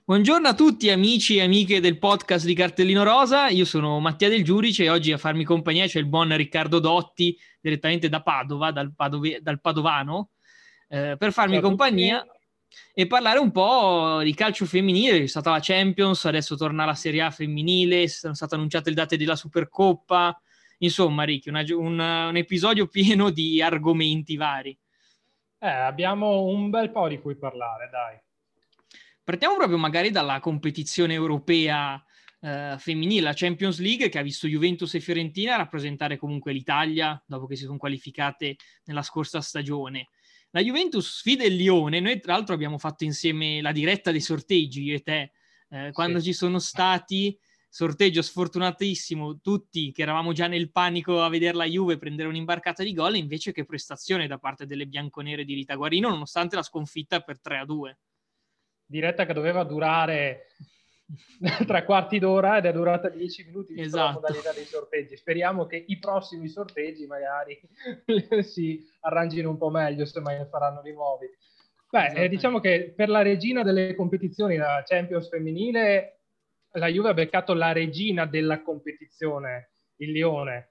Buongiorno a tutti amici e amiche del podcast di Cartellino Rosa, io sono Mattia Del Giudice e oggi a farmi compagnia c'è il buon Riccardo Dotti direttamente da Padova, dal Padovano, per farmi Ciao a compagnia tutti. e parlare un po' di calcio femminile. C'è stata la Champions, adesso torna la Serie A femminile, sono state annunciate le date della Supercoppa, insomma Ricky, un episodio pieno di argomenti vari. Abbiamo un bel po' di cui parlare, dai. Partiamo proprio magari dalla competizione europea femminile, la Champions League, che ha visto Juventus e Fiorentina rappresentare comunque l'Italia dopo che si sono qualificate nella scorsa stagione. La Juventus sfida il Lione, noi tra l'altro abbiamo fatto insieme la diretta dei sorteggi, io e te, quando Sì. ci sono stati, sorteggio sfortunatissimo, tutti che eravamo già nel panico a vedere la Juve prendere un'imbarcata di gol, invece che prestazione da parte delle bianconere di Rita Guarino, nonostante la sconfitta per 3-2. Diretta che doveva durare 3 quarti d'ora ed è durata 10 minuti vista la Esatto. modalità dei sorteggi. Speriamo che i prossimi sorteggi magari si arrangino un po' meglio, se mai ne faranno di nuovi. Diciamo che per la regina delle competizioni, la Champions femminile, la Juve ha beccato la regina della competizione, il Lione.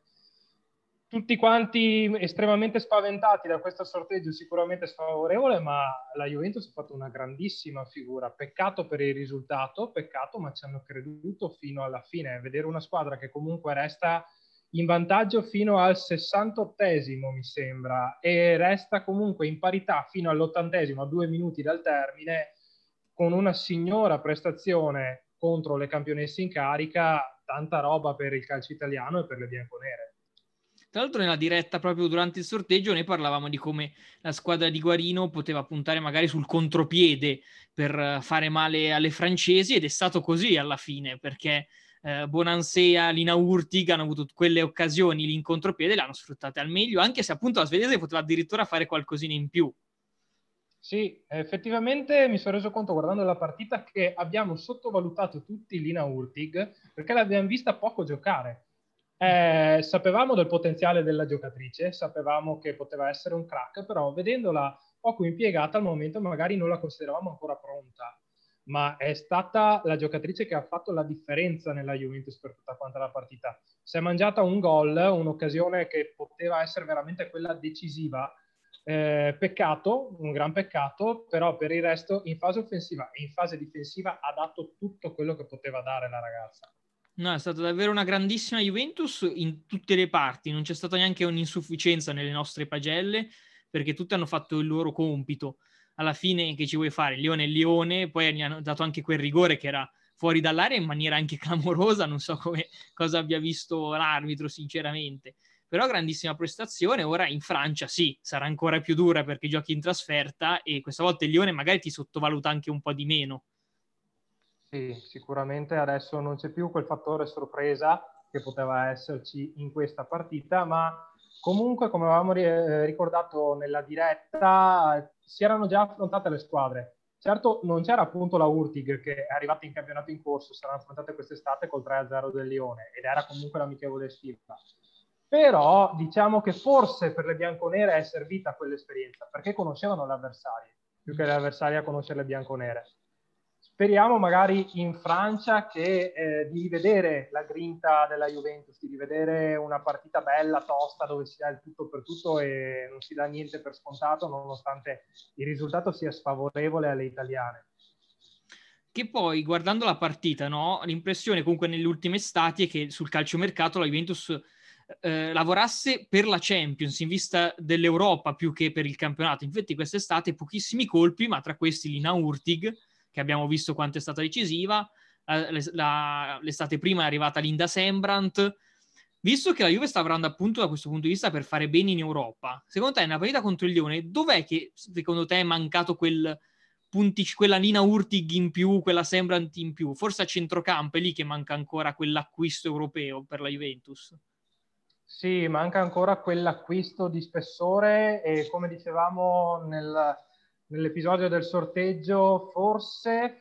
Tutti quanti estremamente spaventati da questo sorteggio sicuramente sfavorevole, ma la Juventus ha fatto una grandissima figura. Peccato per il risultato, peccato, ma ci hanno creduto fino alla fine. Vedere una squadra che comunque resta in vantaggio fino al 68esimo, mi sembra, e resta comunque in parità fino all'80esimo, a 2 minuti dal termine, con una signora prestazione contro le campionesse in carica, tanta roba per il calcio italiano e per le bianconere. Tra l'altro nella diretta proprio durante il sorteggio ne parlavamo di come la squadra di Guarino poteva puntare magari sul contropiede per fare male alle francesi, ed è stato così alla fine, perché Bonansea, Lina Hurtig hanno avuto quelle occasioni lì in contropiede e le hanno sfruttate al meglio, anche se appunto la svedese poteva addirittura fare qualcosina in più. Sì, effettivamente mi sono reso conto guardando la partita che abbiamo sottovalutato tutti Lina Hurtig perché l'abbiamo vista poco giocare. Sapevamo del potenziale della giocatrice, sapevamo che poteva essere un crack, però vedendola poco impiegata al momento magari non la consideravamo ancora pronta, ma è stata la giocatrice che ha fatto la differenza nella Juventus per tutta quanta la partita. Si è mangiata un gol, un'occasione che poteva essere veramente quella decisiva. Peccato, un gran peccato, però per il resto in fase offensiva e in fase difensiva ha dato tutto quello che poteva dare la ragazza. No, è stata davvero una grandissima Juventus in tutte le parti, non c'è stata neanche un'insufficienza nelle nostre pagelle, perché tutte hanno fatto il loro compito. Alla fine che ci vuoi fare? Il Lione è il Lione, poi gli hanno dato anche quel rigore che era fuori dall'area in maniera anche clamorosa, non so cosa abbia visto l'arbitro sinceramente. Però grandissima prestazione, ora in Francia sì, sarà ancora più dura perché giochi in trasferta e questa volta il Lione magari ti sottovaluta anche un po' di meno. Sì, sicuramente adesso non c'è più quel fattore sorpresa che poteva esserci in questa partita, ma comunque, come avevamo ricordato nella diretta, si erano già affrontate le squadre. Certo, non c'era appunto la Hurtig che è arrivata in campionato in corso, si erano affrontate quest'estate col 3-0 del Lione ed era comunque l'amichevole estiva. Però diciamo che forse per le bianconere è servita quell'esperienza, perché conoscevano l'avversario, più che le avversarie a conoscere le bianconere. Speriamo magari in Francia di rivedere la grinta della Juventus, di rivedere una partita bella, tosta, dove si dà il tutto per tutto e non si dà niente per scontato, nonostante il risultato sia sfavorevole alle italiane. Che poi, guardando la partita, no, l'impressione comunque nelle ultime estati è che sul calciomercato la Juventus lavorasse per la Champions in vista dell'Europa più che per il campionato. Infatti quest'estate pochissimi colpi, ma tra questi Lina Hurtig, che abbiamo visto quanto è stata decisiva, l'estate prima è arrivata Linda Sembrant. Visto che la Juve sta lavorando appunto da questo punto di vista per fare bene in Europa, secondo te nella partita contro il Lione, dov'è che secondo te è mancato quella Lina Hurtig in più, quella Sembrant in più? Forse a centrocampo è lì che manca ancora quell'acquisto europeo per la Juventus. Sì, manca ancora quell'acquisto di spessore e come dicevamo nell'episodio del sorteggio, forse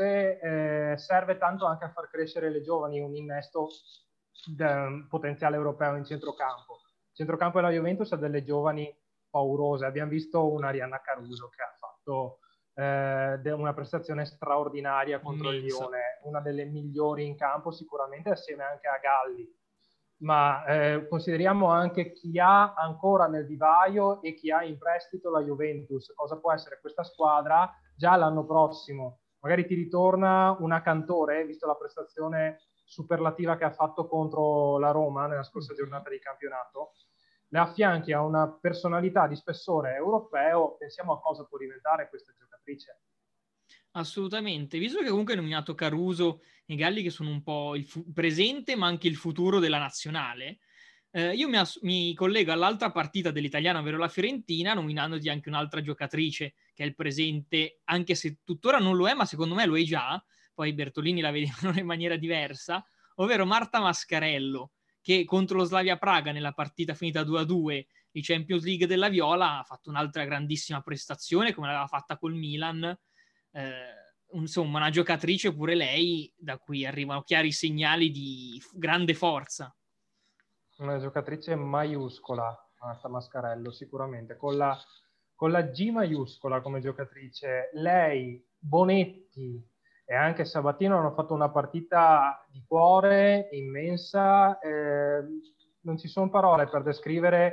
serve tanto anche a far crescere le giovani, un innesto potenziale europeo in centrocampo. Il centrocampo della Juventus ha delle giovani paurose. Abbiamo visto una Arianna Caruso che ha fatto una prestazione straordinaria contro il Immensa. Lione, una delle migliori in campo sicuramente, assieme anche a Galli. Ma consideriamo anche chi ha ancora nel vivaio e chi ha in prestito la Juventus. Cosa può essere questa squadra già l'anno prossimo? Magari ti ritorna una Cantore, visto la prestazione superlativa che ha fatto contro la Roma nella scorsa giornata di campionato. Le affianchi a una personalità di spessore europeo, pensiamo a cosa può diventare questa giocatrice. Assolutamente, visto che comunque hai nominato Caruso e Galli che sono un po' il presente ma anche il futuro della nazionale, io mi collego all'altra partita dell'italiana, ovvero la Fiorentina, nominandoti anche un'altra giocatrice che è il presente, anche se tuttora non lo è, ma secondo me lo è già, poi Bertolini la vedevano in maniera diversa, ovvero Marta Mascarello, che contro lo Slavia Praga nella partita finita 2-2 di Champions League della Viola ha fatto un'altra grandissima prestazione come l'aveva fatta col Milan. Insomma, una giocatrice pure lei da cui arrivano chiari segnali di grande forza. Una giocatrice maiuscola, Marta Mascarello, sicuramente, con la G maiuscola come giocatrice. Lei, Bonetti e anche Sabatino hanno fatto una partita di cuore immensa. Non ci sono parole per descrivere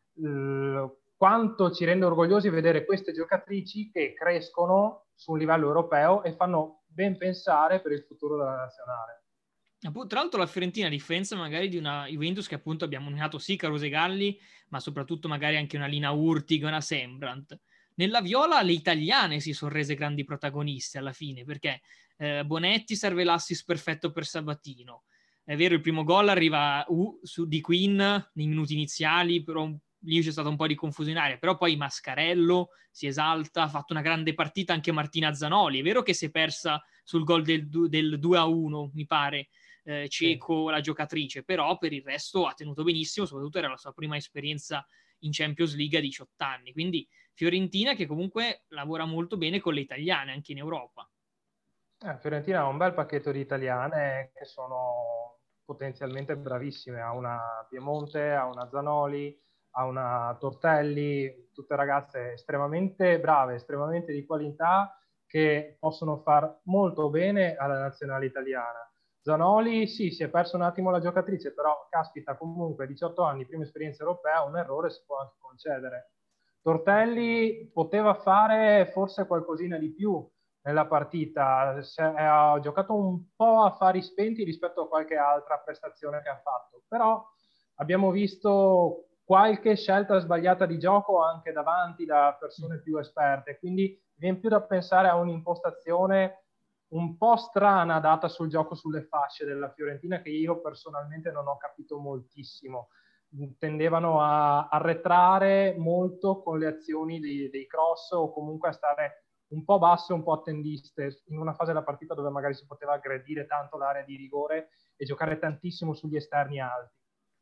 quanto ci rende orgogliosi vedere queste giocatrici che crescono su un livello europeo e fanno ben pensare per il futuro della nazionale. Tra l'altro la Fiorentina, a differenza magari di una Juventus che appunto abbiamo nominato sì Caruso e Galli, ma soprattutto magari anche una Lina Urtig, una Sembrant. Nella Viola le italiane si sono rese grandi protagoniste alla fine, perché Bonetti serve l'assist perfetto per Sabatino. È vero, il primo gol arriva di Queen nei minuti iniziali, però lì c'è stata un po' di confusione in aria, però poi Mascarello si esalta, ha fatto una grande partita anche Martina Zanoli. È vero che si è persa sul gol del 2-1, mi pare, Cieco, la giocatrice, però per il resto ha tenuto benissimo, soprattutto era la sua prima esperienza in Champions League a 18 anni, quindi Fiorentina che comunque lavora molto bene con le italiane anche in Europa. Fiorentina ha un bel pacchetto di italiane che sono potenzialmente bravissime, ha una Piemonte, ha una Zanoli, ha una Tortelli, tutte ragazze estremamente brave, estremamente di qualità che possono far molto bene alla nazionale italiana. Zanoli sì, si è perso un attimo la giocatrice, però caspita, comunque 18 anni, prima esperienza europea, un errore si può anche concedere. Tortelli poteva fare forse qualcosina di più nella partita, ha giocato un po' a fari spenti rispetto a qualche altra prestazione che ha fatto, però abbiamo visto qualche scelta sbagliata di gioco anche davanti da persone più esperte, quindi viene più da pensare a un'impostazione un po' strana data sul gioco sulle fasce della Fiorentina che io personalmente non ho capito moltissimo. Tendevano a arretrare molto con le azioni dei cross o comunque a stare un po' basse, un po' attendiste in una fase della partita dove magari si poteva aggredire tanto l'area di rigore e giocare tantissimo sugli esterni alti.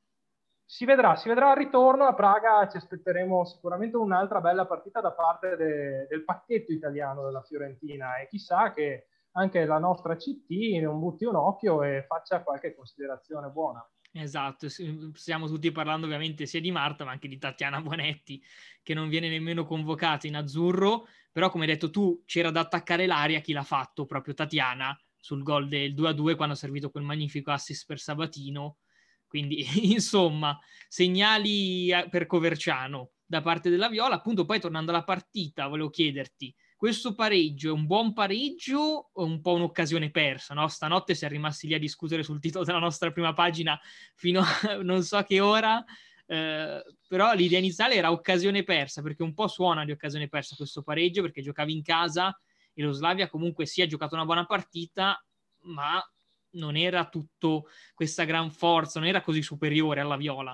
Si vedrà al ritorno a Praga, ci aspetteremo sicuramente un'altra bella partita da parte del pacchetto italiano della Fiorentina e chissà che anche la nostra CT non butti un occhio e faccia qualche considerazione buona. Esatto, stiamo tutti parlando ovviamente sia di Marta ma anche di Tatiana Bonetti che non viene nemmeno convocata in azzurro, però come hai detto tu c'era da attaccare l'aria, chi l'ha fatto? Proprio Tatiana sul gol del 2-2 quando ha servito quel magnifico assist per Sabatino, quindi insomma segnali per Coverciano da parte della Viola. Appunto poi tornando alla partita volevo chiederti, questo pareggio è un buon pareggio o un po' un'occasione persa? No? Stanotte si è rimasti lì a discutere sul titolo della nostra prima pagina fino a non so che ora, però l'idea iniziale era occasione persa, perché un po' suona di occasione persa questo pareggio, perché giocavi in casa e lo Slavia comunque sì ha giocato una buona partita, ma non era tutto questa gran forza, non era così superiore alla Viola.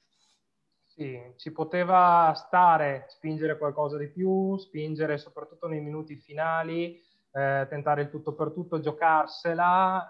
Sì, ci poteva stare, spingere qualcosa di più, spingere soprattutto nei minuti finali, tentare il tutto per tutto, giocarsela.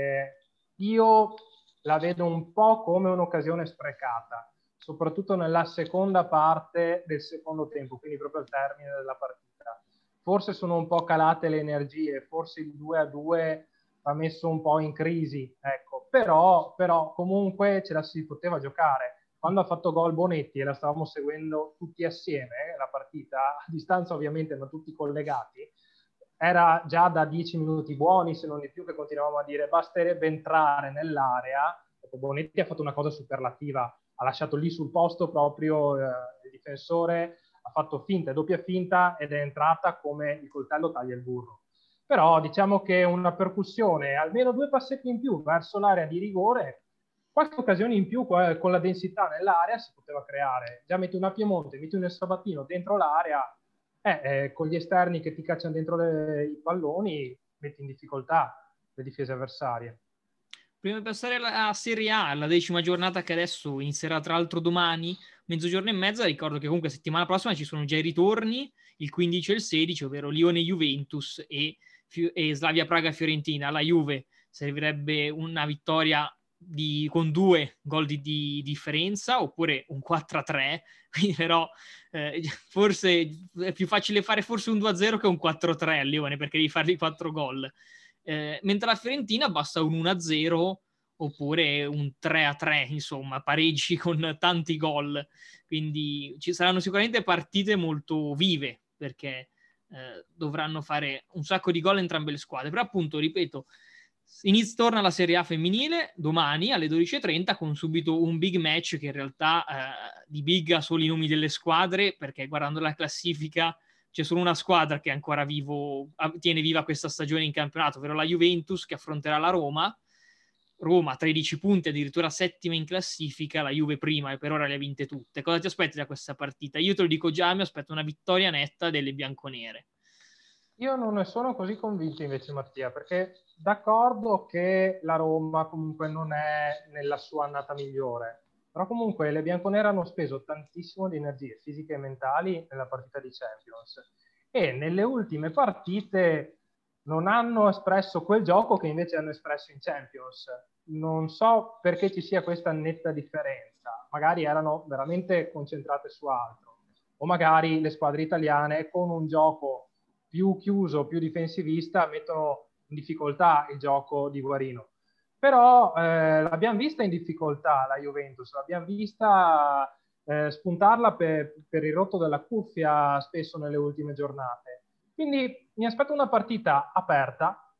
Io la vedo un po' come un'occasione sprecata, soprattutto nella seconda parte del secondo tempo, quindi proprio al termine della partita. Forse sono un po' calate le energie, forse il 2-2 ha messo un po' in crisi, ecco. Però comunque ce la si poteva giocare. quando ha fatto gol Bonetti e la stavamo seguendo tutti assieme, la partita, a distanza ovviamente, ma tutti collegati, era già da 10 minuti buoni, se non di più, che continuavamo a dire basterebbe entrare nell'area. Bonetti ha fatto una cosa superlativa, ha lasciato lì sul posto proprio il difensore, ha fatto finta e doppia finta ed è entrata come il coltello taglia il burro. Però diciamo che una percussione, almeno 2 passetti in più verso l'area di rigore, qualche occasione in più con la densità nell'area si poteva creare. Già metti una Piemonte, metti un Sabatino dentro l'area, con gli esterni che ti cacciano dentro i palloni, metti in difficoltà le difese avversarie. Prima di passare alla Serie A, la 10ª giornata che adesso inizierà tra l'altro domani, mezzogiorno e mezza, ricordo che comunque settimana prossima ci sono già i ritorni, il 15 e il 16, ovvero Lione-Juventus e Slavia Praga-Fiorentina. La Juve servirebbe una vittoria con 2 gol di differenza, oppure un 4-3, quindi però forse è più facile fare forse un 2-0 che un 4-3 a Lione, perché devi fargli 4 gol. Mentre la Fiorentina basta un 1-0 oppure un 3-3, insomma, pareggi con tanti gol. Quindi ci saranno sicuramente partite molto vive, perché dovranno fare un sacco di gol entrambe le squadre. Però appunto, ripeto, torna la Serie A femminile domani alle 12:30 con subito un big match che in realtà di big ha solo i nomi delle squadre, perché guardando la classifica c'è solo una squadra che è ancora tiene viva questa stagione in campionato, ovvero la Juventus, che affronterà la Roma. Roma 13 punti, addirittura 7ª in classifica, la Juve prima e per ora le ha vinte tutte. Cosa ti aspetti da questa partita? Io te lo dico già, mi aspetto una vittoria netta delle bianconere. Io non ne sono così convinto invece, Mattia, perché d'accordo che la Roma comunque non è nella sua annata migliore, però comunque le bianconere hanno speso tantissimo di energie fisiche e mentali nella partita di Champions e nelle ultime partite non hanno espresso quel gioco che invece hanno espresso in Champions. Non so perché ci sia questa netta differenza, magari erano veramente concentrate su altro, o magari le squadre italiane con un gioco più chiuso, più difensivista, mettono in difficoltà il gioco di Guarino. Però l'abbiamo vista in difficoltà la Juventus, l'abbiamo vista spuntarla per il rotto della cuffia spesso nelle ultime giornate. Quindi mi aspetto una partita aperta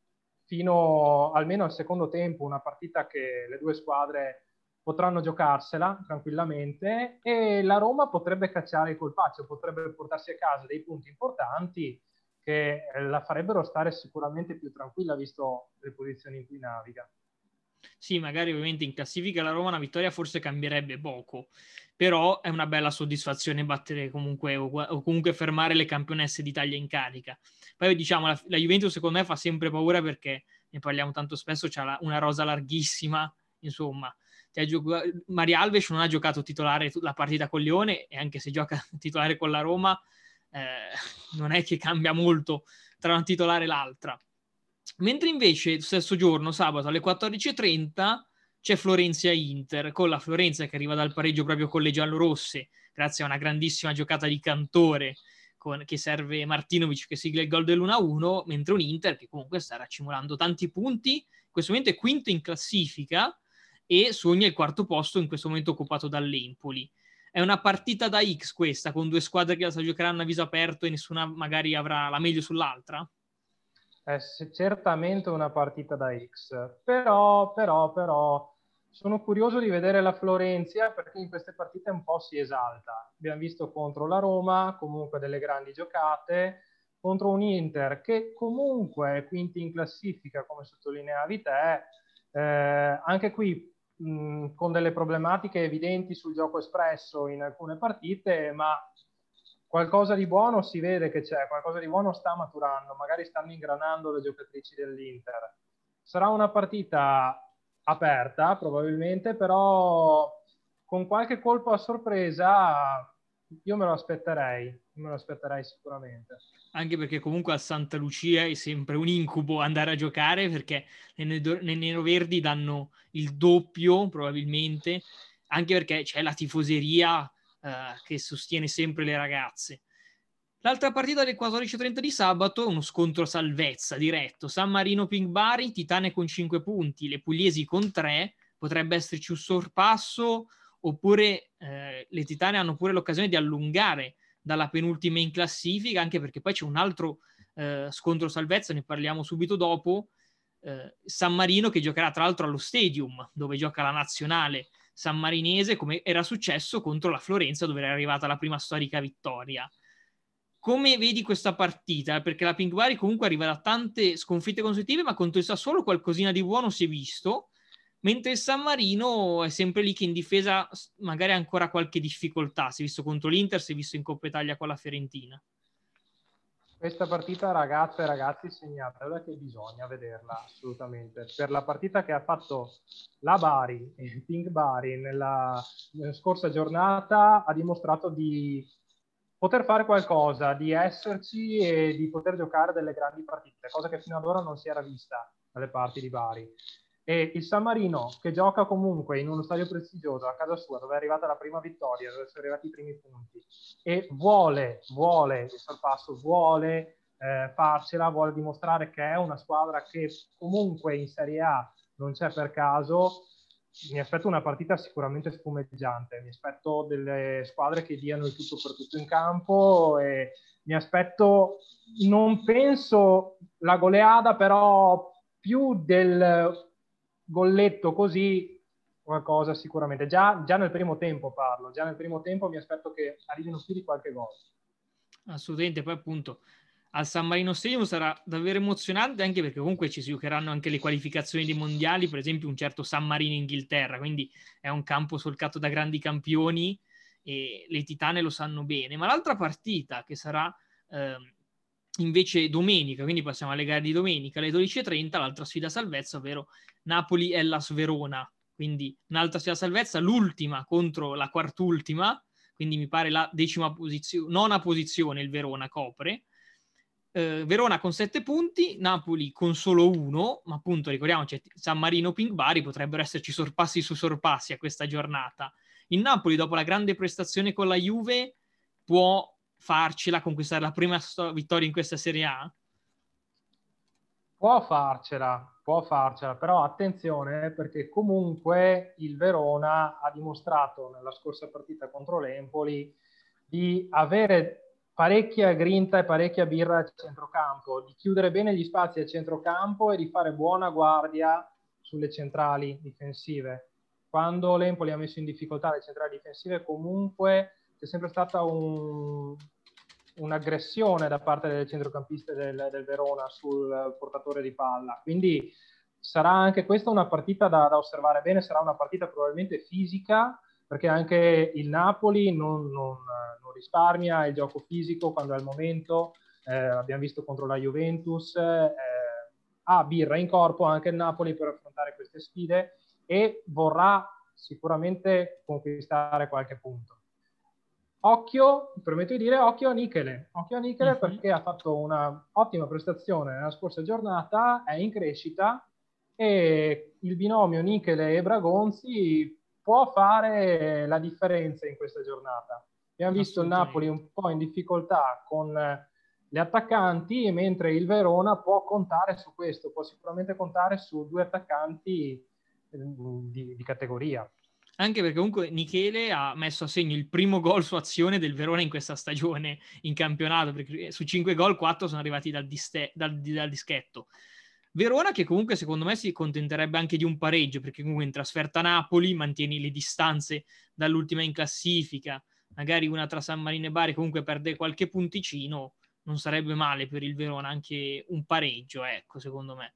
fino almeno al secondo tempo, una partita che le due squadre potranno giocarsela tranquillamente e la Roma potrebbe cacciare il colpaccio, potrebbe portarsi a casa dei punti importanti che la farebbero stare sicuramente più tranquilla visto le posizioni in cui naviga. Sì, magari ovviamente in classifica la Roma una vittoria forse cambierebbe poco, però è una bella soddisfazione battere comunque o comunque fermare le campionesse d'Italia in carica. Poi diciamo la Juventus secondo me fa sempre paura perché ne parliamo tanto spesso, c'ha una rosa larghissima, insomma. Maria Alves non ha giocato titolare la partita con Lione e anche se gioca titolare con la Roma non è che cambia molto tra una titolare e l'altra. Mentre invece stesso giorno, sabato alle 14:30 c'è Florenza-Inter, con la Florenza che arriva dal pareggio proprio con le giallorosse grazie a una grandissima giocata di Cantore che serve Martinovic che sigla il gol dell'1-1, mentre un Inter che comunque sta raccimolando tanti punti, in questo momento è quinto in classifica e sogna il quarto posto in questo momento occupato dall'Empoli. È una partita da X questa, con 2 squadre che la giocheranno a viso aperto e nessuna magari avrà la meglio sull'altra? È certamente una partita da X, però sono curioso di vedere la Florenza perché in queste partite un po' si esalta. Abbiamo visto contro la Roma comunque delle grandi giocate, contro un Inter che comunque è quinti in classifica, come sottolineavi te, anche qui con delle problematiche evidenti sul gioco espresso in alcune partite, ma qualcosa di buono si vede che c'è, qualcosa di buono sta maturando, magari stanno ingranando le giocatrici dell'Inter. Sarà una partita aperta probabilmente, però con qualche colpo a sorpresa io me lo aspetterei sicuramente. Anche perché comunque a Santa Lucia è sempre un incubo andare a giocare perché le neroverdi danno il doppio probabilmente, anche perché c'è la tifoseria che sostiene sempre le ragazze. L'altra partita alle 14:30 di sabato è uno scontro salvezza diretto. San Marino Pink Bari, Titane con 5 punti, le Pugliesi con 3, potrebbe esserci un sorpasso oppure le Titane hanno pure l'occasione di allungare dalla penultima in classifica, anche perché poi c'è un altro scontro salvezza, ne parliamo subito dopo, San Marino che giocherà tra l'altro allo Stadium, dove gioca la nazionale sammarinese, come era successo contro la Florenza, dove era arrivata la prima storica vittoria. Come vedi questa partita? Perché la Pink Bari comunque arriva da tante sconfitte consecutive, ma contro il Sassuolo qualcosina di buono si è visto, mentre il San Marino è sempre lì che in difesa magari ha ancora qualche difficoltà. Si è visto contro l'Inter, si è visto in Coppa Italia con la Fiorentina. Questa partita, ragazze e ragazzi, segnatela che bisogna vederla assolutamente. Per la partita che ha fatto la Bari, il Pink Bari, nella scorsa giornata, ha dimostrato di poter fare qualcosa, di esserci e di poter giocare delle grandi partite, cosa che fino ad ora non si era vista dalle parti di Bari. E il San Marino, che gioca comunque in uno stadio prestigioso a casa sua, dove è arrivata la prima vittoria, dove sono arrivati i primi punti, e vuole il sorpasso, vuole farcela, vuole dimostrare che è una squadra che comunque in Serie A non c'è per caso. Mi aspetto una partita sicuramente spumeggiante, mi aspetto delle squadre che diano il tutto per tutto in campo e mi aspetto, non penso la goleada, però più del golletto così, qualcosa sicuramente. Già nel primo tempo parlo, già nel primo tempo mi aspetto che arrivino più di qualche gol. Assolutamente, poi appunto al San Marino Stadium sarà davvero emozionante, anche perché comunque ci si giocheranno anche le qualificazioni dei mondiali, per esempio un certo San Marino Inghilterra, quindi è un campo solcato da grandi campioni e le Titane lo sanno bene. Ma l'altra partita che sarà invece domenica, quindi passiamo alle gare di domenica alle 12:30, l'altra sfida salvezza, ovvero Napoli-Hellas Verona, quindi un'altra sfida salvezza, l'ultima contro la quart'ultima, quindi mi pare la nona posizione il Verona copre. Verona con 7 punti, Napoli con solo 1, ma appunto ricordiamoci San Marino Pink Bari, potrebbero esserci sorpassi su sorpassi a questa giornata. Il Napoli dopo la grande prestazione con la Juve può farcela, conquistare la prima vittoria in questa Serie A? Può farcela, però attenzione perché comunque il Verona ha dimostrato nella scorsa partita contro l'Empoli di avere parecchia grinta e parecchia birra a centrocampo, di chiudere bene gli spazi a centrocampo e di fare buona guardia sulle centrali difensive. Quando l'Empoli ha messo in difficoltà le centrali difensive comunque c'è sempre stata un'aggressione da parte del centrocampista del Verona sul portatore di palla, quindi sarà anche questa una partita da osservare bene, sarà una partita probabilmente fisica, perché anche il Napoli non risparmia il gioco fisico quando è il momento, abbiamo visto contro la Juventus, ha birra in corpo anche il Napoli per affrontare queste sfide e vorrà sicuramente conquistare qualche punto. Occhio, permetto di dire, occhio a Michele perché ha fatto una ottima prestazione nella scorsa giornata, è in crescita e il binomio Michele e Bragonzi può fare la differenza in questa giornata. Abbiamo visto il Napoli un po' in difficoltà con le attaccanti, mentre il Verona può contare su questo, può sicuramente contare su due attaccanti di categoria. Anche perché comunque Michele ha messo a segno il primo gol su azione del Verona in questa stagione in campionato, perché su 5 gol 4 sono arrivati dal dischetto. Verona che comunque secondo me si contenterebbe anche di un pareggio, perché comunque in trasferta a Napoli mantieni le distanze dall'ultima in classifica, magari una tra San Marino e Bari comunque perde qualche punticino, non sarebbe male per il Verona anche un pareggio, ecco, secondo me.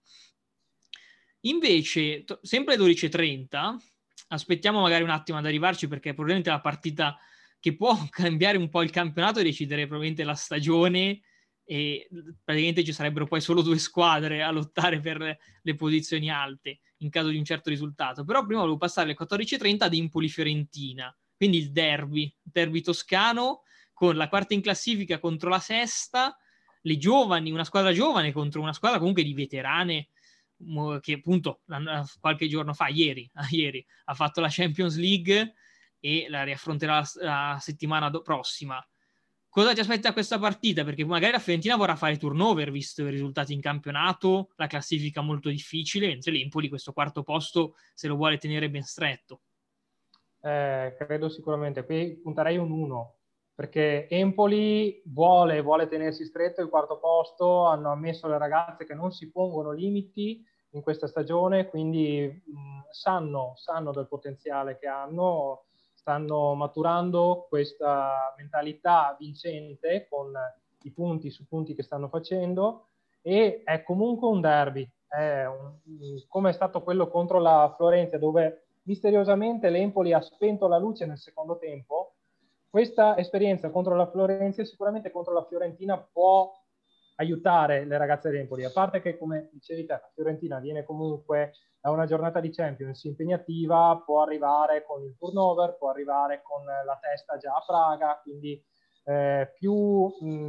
Invece, sempre alle 12:30, aspettiamo magari un attimo ad arrivarci perché è probabilmente la partita che può cambiare un po' il campionato e decidere probabilmente la stagione e praticamente ci sarebbero poi solo 2 squadre a lottare per le posizioni alte in caso di un certo risultato. Però prima volevo passare alle 14:30 ad Empoli-Fiorentina, quindi il derby toscano con la quarta in classifica contro la sesta, le giovani, una squadra giovane contro una squadra comunque di veterane che appunto qualche giorno fa, ieri ha fatto la Champions League e la riaffronterà la settimana prossima. Cosa ti aspetta da questa partita? Perché magari la Fiorentina vorrà fare turnover visto i risultati in campionato, la classifica molto difficile, mentre l'Empoli questo quarto posto se lo vuole tenere ben stretto. Credo sicuramente. Qui punterei un 1, perché Empoli vuole tenersi stretto il quarto posto, hanno ammesso le ragazze che non si pongono limiti in questa stagione, quindi sanno del potenziale che hanno, stanno maturando questa mentalità vincente con i punti su punti che stanno facendo, e è comunque un derby, come è stato quello contro la Florenza, dove misteriosamente l'Empoli ha spento la luce nel secondo tempo. Questa esperienza contro la Florenza e sicuramente contro la Fiorentina può aiutare le ragazze dell'Empoli, a parte che, come dicevi te, la Fiorentina viene comunque da una giornata di Champions impegnativa, può arrivare con il turnover, può arrivare con la testa già a Praga, quindi più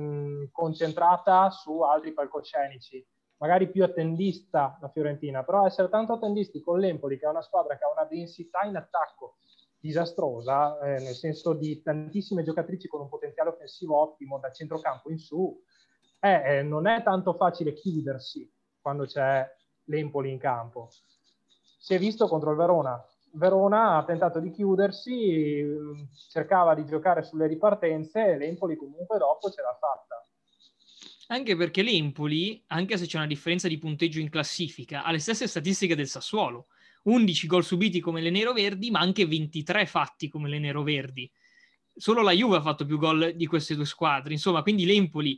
concentrata su altri palcoscenici, magari più attendista la Fiorentina, però essere tanto attendisti con l'Empoli, che è una squadra che ha una densità in attacco disastrosa, nel senso di tantissime giocatrici con un potenziale offensivo ottimo da centrocampo in su, non è tanto facile chiudersi quando c'è l'Empoli in campo. Si è visto contro il Verona. Verona ha tentato di chiudersi, cercava di giocare sulle ripartenze e l'Empoli comunque dopo ce l'ha fatta. Anche perché l'Empoli, anche se c'è una differenza di punteggio in classifica, ha le stesse statistiche del Sassuolo. 11 gol subiti come le neroverdi, ma anche 23 fatti come le neroverdi. Solo la Juve ha fatto più gol di queste due squadre. Insomma, quindi l'Empoli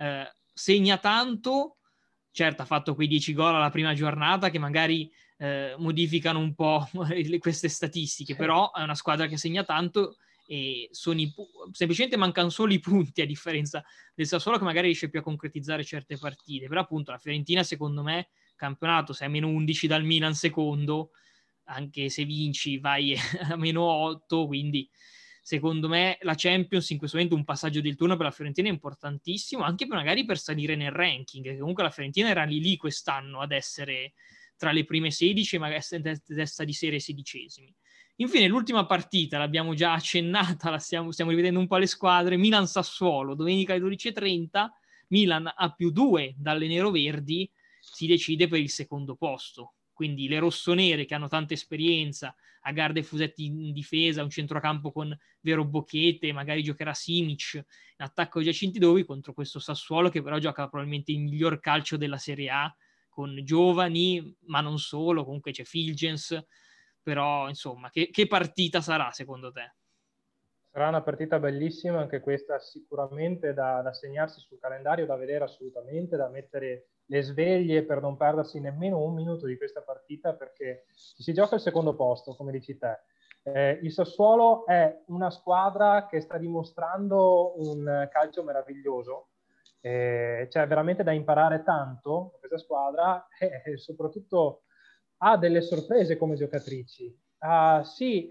segna tanto. Certo, ha fatto quei 10 gol alla prima giornata che magari modificano un po' queste statistiche, però è una squadra che segna tanto e semplicemente mancano solo i punti, a differenza del Sassuolo che magari riesce più a concretizzare certe partite. Però appunto la Fiorentina, secondo me, campionato, sei a meno 11 dal Milan secondo, anche se vinci vai a meno 8, quindi secondo me la Champions in questo momento un passaggio del turno per la Fiorentina è importantissimo, anche magari per salire nel ranking, che comunque la Fiorentina era lì quest'anno ad essere tra le prime 16 e magari testa di serie 16esimi. Infine l'ultima partita, l'abbiamo già accennata, stiamo rivedendo un po' le squadre, Milan-Sassuolo, domenica alle 12:30, Milan a +2 dalle neroverdi, si decide per il secondo posto. Quindi le rossonere che hanno tanta esperienza, Agarde e Fusetti in difesa, un centrocampo con Vero Bocchete, magari giocherà Simic, in attacco Giacinti Dovi contro questo Sassuolo che però gioca probabilmente il miglior calcio della Serie A, con giovani, ma non solo, comunque c'è Filgens, però insomma, che partita sarà secondo te? Sarà una partita bellissima, anche questa sicuramente da segnarsi sul calendario, da vedere assolutamente, da mettere le sveglie per non perdersi nemmeno un minuto di questa partita, perché si gioca il secondo posto, come dici te. Il Sassuolo è una squadra che sta dimostrando un calcio meraviglioso, c'è veramente da imparare tanto questa squadra, e soprattutto ha delle sorprese come giocatrici. Sì,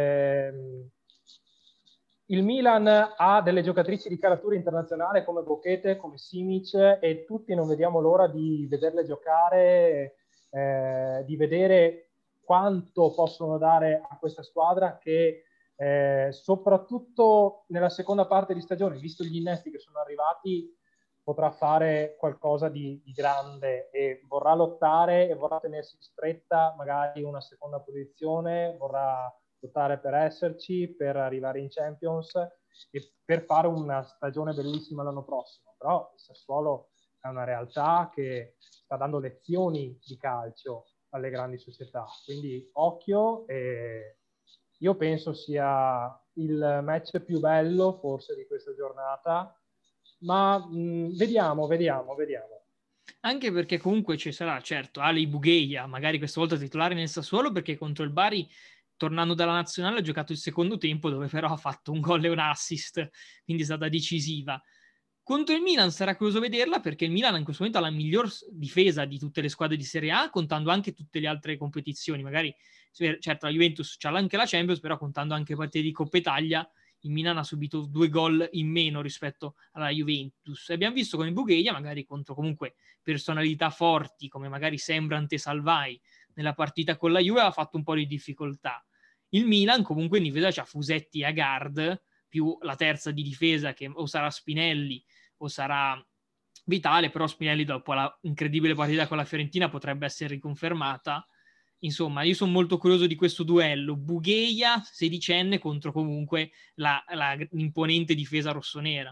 il Milan ha delle giocatrici di caratura internazionale come Bocchete, come Simic, e tutti non vediamo l'ora di vederle giocare, di vedere quanto possono dare a questa squadra che soprattutto nella seconda parte di stagione, visto gli innesti che sono arrivati, potrà fare qualcosa di grande e vorrà lottare e vorrà tenersi stretta magari una seconda posizione, vorrà lottare per esserci, per arrivare in Champions e per fare una stagione bellissima l'anno prossimo. Però il Sassuolo è una realtà che sta dando lezioni di calcio alle grandi società, quindi occhio, e io penso sia il match più bello forse di questa giornata, ma vediamo. Anche perché comunque ci sarà, certo, Ali Bugheia, magari questa volta titolare nel Sassuolo, perché contro il Bari, tornando dalla nazionale, ha giocato il secondo tempo, dove però ha fatto un gol e un assist, quindi è stata decisiva. Contro il Milan sarà curioso vederla, perché il Milan in questo momento ha la miglior difesa di tutte le squadre di Serie A, contando anche tutte le altre competizioni. Magari, certo, la Juventus c'ha anche la Champions, però contando anche partite di Coppa Italia, il Milan ha subito 2 gol in meno rispetto alla Juventus. E abbiamo visto con il Bugheia, magari contro comunque personalità forti, come magari Sembrant e Salvai, nella partita con la Juve, ha fatto un po' di difficoltà. Il Milan comunque in difesa c'ha Fusetti e Agard, più la terza di difesa che o sarà Spinelli o sarà Vitale, però Spinelli dopo la incredibile partita con la Fiorentina potrebbe essere riconfermata, insomma, io sono molto curioso di questo duello. Bugeia, sedicenne, contro comunque l'imponente difesa rossonera.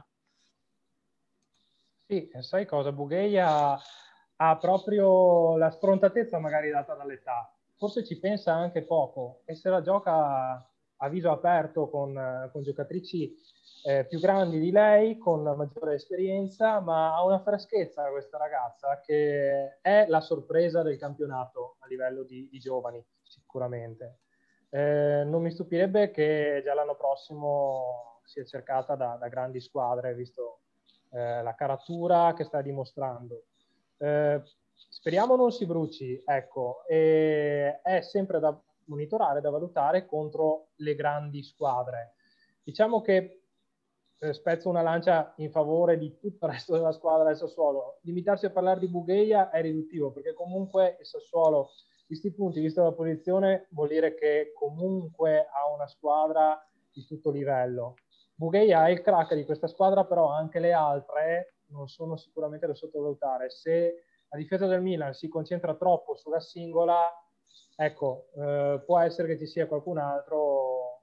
Sì, sai cosa? Bugeia ha proprio la sfrontatezza magari data dall'età. Forse ci pensa anche poco e se la gioca a viso aperto con giocatrici più grandi di lei, con maggiore esperienza, ma ha una freschezza questa ragazza che è la sorpresa del campionato a livello di giovani, sicuramente. Non mi stupirebbe che già l'anno prossimo sia cercata da grandi squadre, visto la caratura che sta dimostrando. Speriamo non si bruci, ecco, e è sempre da monitorare, da valutare contro le grandi squadre. Diciamo che spezzo una lancia in favore di tutto il resto della squadra del Sassuolo. Limitarsi a parlare di Bugeia è riduttivo, perché comunque il Sassuolo, visti i punti, vista la posizione, vuol dire che comunque ha una squadra di tutto livello. Bugeia è il crack di questa squadra, però anche le altre non sono sicuramente da sottovalutare. Se la difesa del Milan si concentra troppo sulla singola, ecco, può essere che ci sia qualcun altro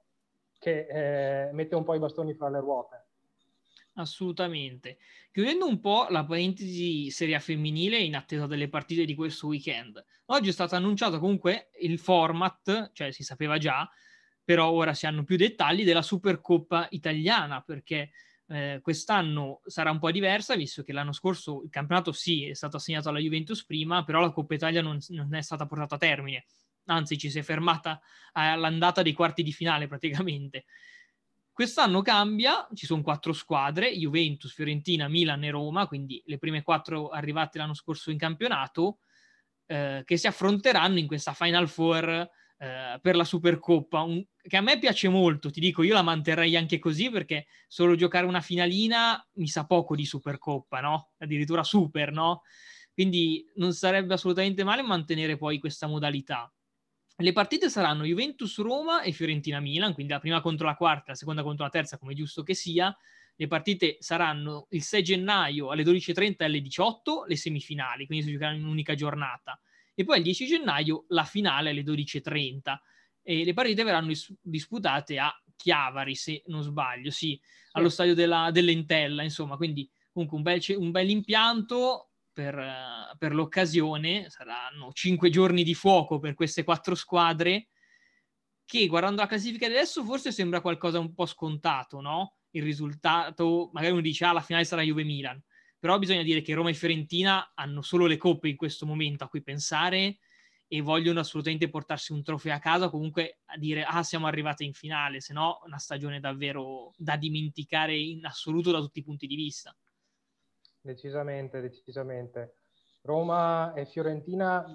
che mette un po' i bastoni fra le ruote. Assolutamente. Chiudendo un po' la parentesi Serie A femminile in attesa delle partite di questo weekend. Oggi è stato annunciato comunque il format, cioè si sapeva già, però ora si hanno più dettagli della Supercoppa italiana, perché quest'anno sarà un po' diversa, visto che l'anno scorso il campionato sì è stato assegnato alla Juventus prima, però la Coppa Italia non è stata portata a termine, anzi ci si è fermata all'andata dei quarti di finale praticamente. Quest'anno cambia, ci sono 4 squadre, Juventus, Fiorentina, Milan e Roma, quindi le prime 4 arrivate l'anno scorso in campionato, che si affronteranno in questa Final Four per la Supercoppa, che a me piace molto, ti dico, io la manterrei anche così perché solo giocare una finalina mi sa poco di Supercoppa, no? Addirittura Super, no? Quindi non sarebbe assolutamente male mantenere poi questa modalità. Le partite saranno Juventus-Roma e Fiorentina-Milan, quindi la prima contro la quarta, la seconda contro la terza, come giusto che sia. Le partite saranno il 6 gennaio alle 12:30 e alle 18, le semifinali, quindi si giocheranno in un'unica giornata. E poi il 10 gennaio la finale alle 12:30. E le partite verranno disputate a Chiavari, se non sbaglio, sì, allo stadio dell'Entella, insomma, quindi comunque un bel impianto per l'occasione. Saranno 5 giorni di fuoco per queste 4 squadre che, guardando la classifica di adesso, forse sembra qualcosa un po' scontato, no? Il risultato, magari uno dice, la finale sarà Juve-Milan, però bisogna dire che Roma e Fiorentina hanno solo le coppe in questo momento a cui pensare e vogliono assolutamente portarsi un trofeo a casa, comunque a dire, siamo arrivati in finale, se no una stagione davvero da dimenticare in assoluto da tutti i punti di vista. Decisamente, decisamente. Roma e Fiorentina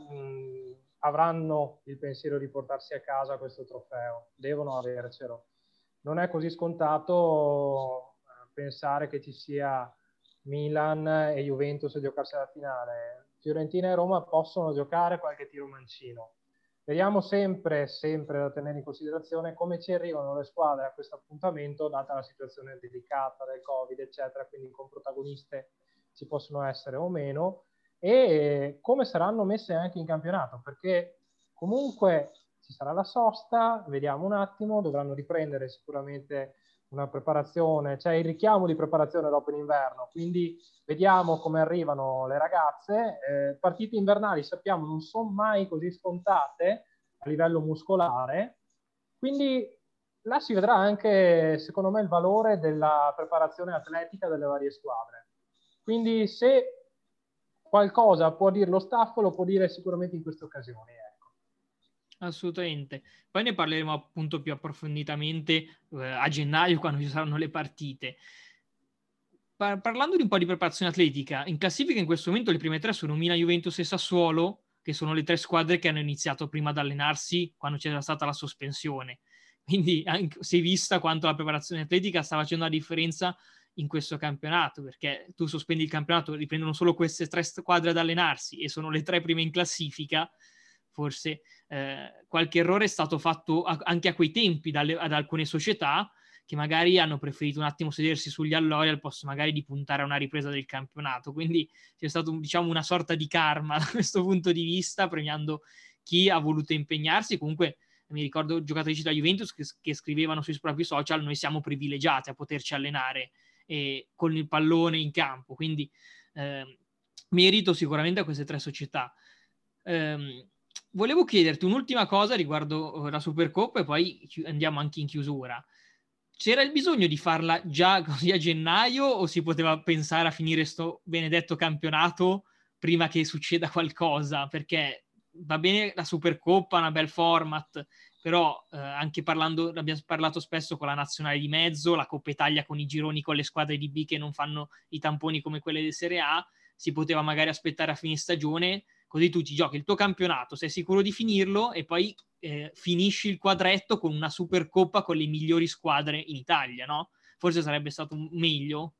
avranno il pensiero di portarsi a casa questo trofeo, devono avercelo. Non è così scontato pensare che ci sia Milan e Juventus a giocarsi alla finale. Fiorentina e Roma possono giocare qualche tiro mancino. Vediamo sempre da tenere in considerazione come ci arrivano le squadre a questo appuntamento, data la situazione delicata del Covid, eccetera, quindi con protagoniste ci possono essere o meno, e come saranno messe anche in campionato, perché comunque ci sarà la sosta, vediamo un attimo, dovranno riprendere sicuramente una preparazione, c'è il richiamo di preparazione dopo l'inverno, quindi vediamo come arrivano le ragazze. Partite invernali, sappiamo, non sono mai così scontate a livello muscolare, quindi là si vedrà anche, secondo me, il valore della preparazione atletica delle varie squadre. Quindi se qualcosa può dire lo staff, lo può dire sicuramente in queste occasioni. Ecco. Assolutamente. Poi ne parleremo appunto più approfonditamente a gennaio, quando ci saranno le partite. Parlando di un po' di preparazione atletica, in classifica in questo momento le prime 3 sono Milan, Juventus e Sassuolo, che sono le 3 squadre che hanno iniziato prima ad allenarsi quando c'era stata la sospensione. Quindi si è vista quanto la preparazione atletica sta facendo la differenza in questo campionato, perché tu sospendi il campionato, riprendono solo queste 3 squadre ad allenarsi e sono le 3 prime in classifica. Forse qualche errore è stato fatto anche a quei tempi ad alcune società che magari hanno preferito un attimo sedersi sugli allori al posto magari di puntare a una ripresa del campionato. Quindi c'è stato, diciamo, una sorta di karma da questo punto di vista, premiando chi ha voluto impegnarsi. Comunque mi ricordo giocatrici da Juventus che scrivevano sui propri social: noi siamo privilegiati a poterci allenare con il pallone in campo, quindi merito sicuramente a queste tre società. Volevo chiederti un'ultima cosa riguardo la Supercoppa e poi andiamo anche in chiusura. C'era il bisogno di farla già così a gennaio o si poteva pensare a finire sto benedetto campionato prima che succeda qualcosa? Perché va bene la Supercoppa, una bel format, però anche abbiamo parlato spesso con la nazionale di mezzo, la Coppa Italia con i gironi con le squadre di B che non fanno i tamponi come quelle di Serie A, si poteva magari aspettare a fine stagione, così tu ti giochi il tuo campionato, sei sicuro di finirlo e poi finisci il quadretto con una Supercoppa con le migliori squadre in Italia, no? Forse sarebbe stato meglio.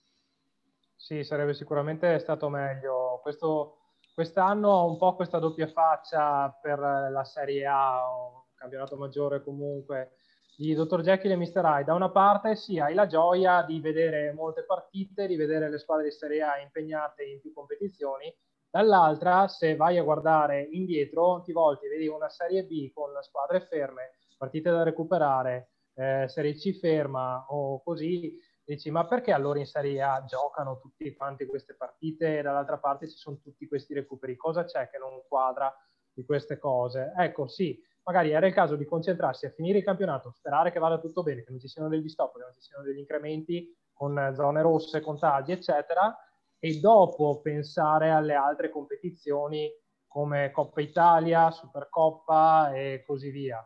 Sì, sarebbe sicuramente stato meglio. Quest'anno ha un po' questa doppia faccia per la Serie A, o campionato maggiore comunque, di Dr. Jekyll e Mr. Hyde. Da una parte sì, hai la gioia di vedere molte partite, di vedere le squadre di Serie A impegnate in più competizioni, dall'altra se vai a guardare indietro ti volti, vedi una Serie B con squadre ferme, partite da recuperare, Serie C ferma o così, dici ma perché allora in Serie A giocano tutti quanti queste partite e dall'altra parte ci sono tutti questi recuperi? Cosa c'è che non quadra di queste cose? Ecco, sì, magari era il caso di concentrarsi a finire il campionato, sperare che vada tutto bene, che non ci siano degli stop, che non ci siano degli incrementi con zone rosse, contagi, eccetera, e dopo pensare alle altre competizioni come Coppa Italia, Supercoppa e così via.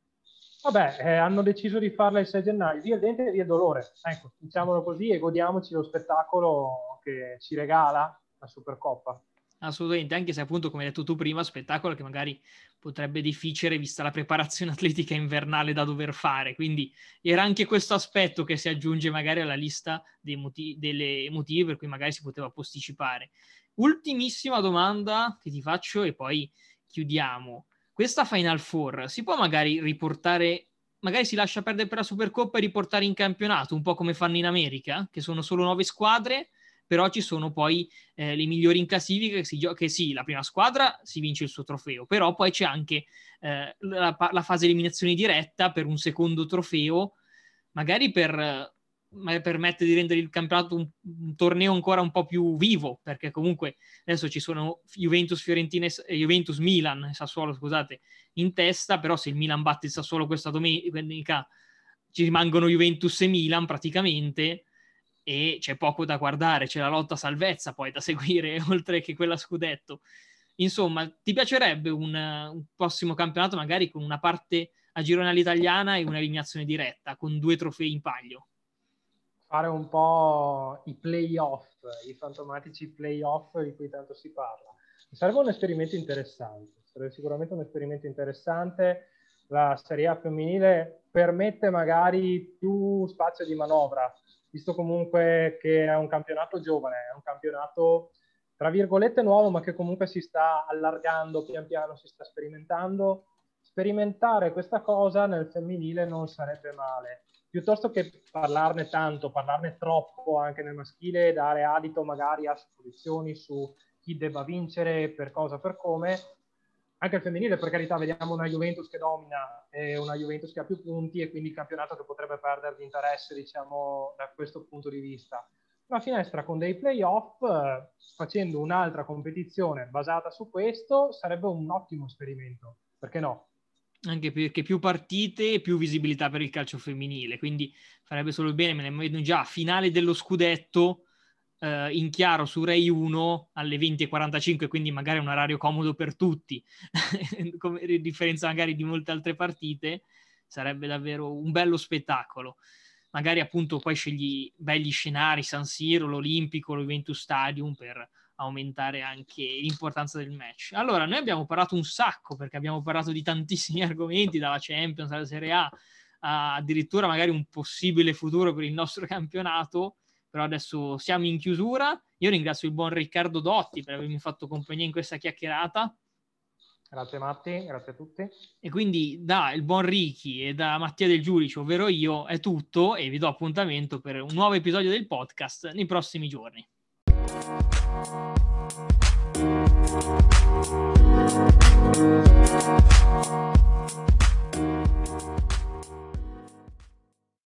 Vabbè, hanno deciso di farla il 6 gennaio, via il dente e via il dolore. Ecco, diciamolo così e godiamoci lo spettacolo che ci regala la Supercoppa. Assolutamente, anche se appunto, come hai detto tu prima, spettacolo che magari potrebbe difficile vista la preparazione atletica invernale da dover fare, quindi era anche questo aspetto che si aggiunge magari alla lista delle motivi per cui magari si poteva posticipare. Ultimissima domanda che ti faccio e poi chiudiamo. Questa Final Four si può magari riportare, magari si lascia perdere per la Supercoppa e riportare in campionato, un po' come fanno in America, che sono solo 9 squadre, però ci sono poi le migliori in classifica che sì, la prima squadra si vince il suo trofeo, però poi c'è anche la fase eliminazioni diretta per un secondo trofeo, magari per permette di rendere il campionato un torneo ancora un po' più vivo, perché comunque adesso ci sono Juventus Milan e Sassuolo, scusate, in testa, però se il Milan batte il Sassuolo questa domenica ci rimangono Juventus e Milan praticamente, e c'è poco da guardare, c'è la lotta a salvezza poi da seguire oltre che quella a scudetto. Insomma, ti piacerebbe un prossimo campionato magari con una parte a girone all'italiana e un'eliminazione diretta con 2 trofei in palio? Fare un po' i play-off, i fantomatici play-off di cui tanto si parla. Sarebbe un esperimento interessante, sarebbe sicuramente un esperimento interessante. La Serie A femminile permette magari più spazio di manovra, visto comunque che è un campionato giovane, è un campionato tra virgolette nuovo, ma che comunque si sta allargando pian piano, si sta sperimentando. Sperimentare questa cosa nel femminile non sarebbe male. Piuttosto che parlarne tanto, parlarne troppo anche nel maschile, dare adito magari a supposizioni su chi debba vincere, per cosa, per come. Anche il femminile, per carità, vediamo una Juventus che domina e una Juventus che ha più punti e quindi il campionato che potrebbe perdere di interesse, diciamo, da questo punto di vista. Una finestra con dei play-off, facendo un'altra competizione basata su questo, sarebbe un ottimo esperimento. Perché no? Anche perché più partite e più visibilità per il calcio femminile, quindi farebbe solo bene. Me ne vedo già finale dello scudetto in chiaro su Rai 1 alle 20:45, quindi magari un orario comodo per tutti come differenza magari di molte altre partite. Sarebbe davvero un bello spettacolo. Magari appunto poi scegli belli scenari, San Siro, l'Olimpico, lo Juventus Stadium, per aumentare anche l'importanza del match. Allora, noi abbiamo parlato un sacco, perché abbiamo parlato di tantissimi argomenti, dalla Champions alla Serie A, addirittura magari un possibile futuro per il nostro campionato, però adesso siamo in chiusura. Io ringrazio il buon Riccardo Dotti per avermi fatto compagnia in questa chiacchierata. Grazie Matti, grazie a tutti. E quindi da il buon Ricky e da Mattia Del Giudice, ovvero io, è tutto, e vi do appuntamento per un nuovo episodio del podcast nei prossimi giorni.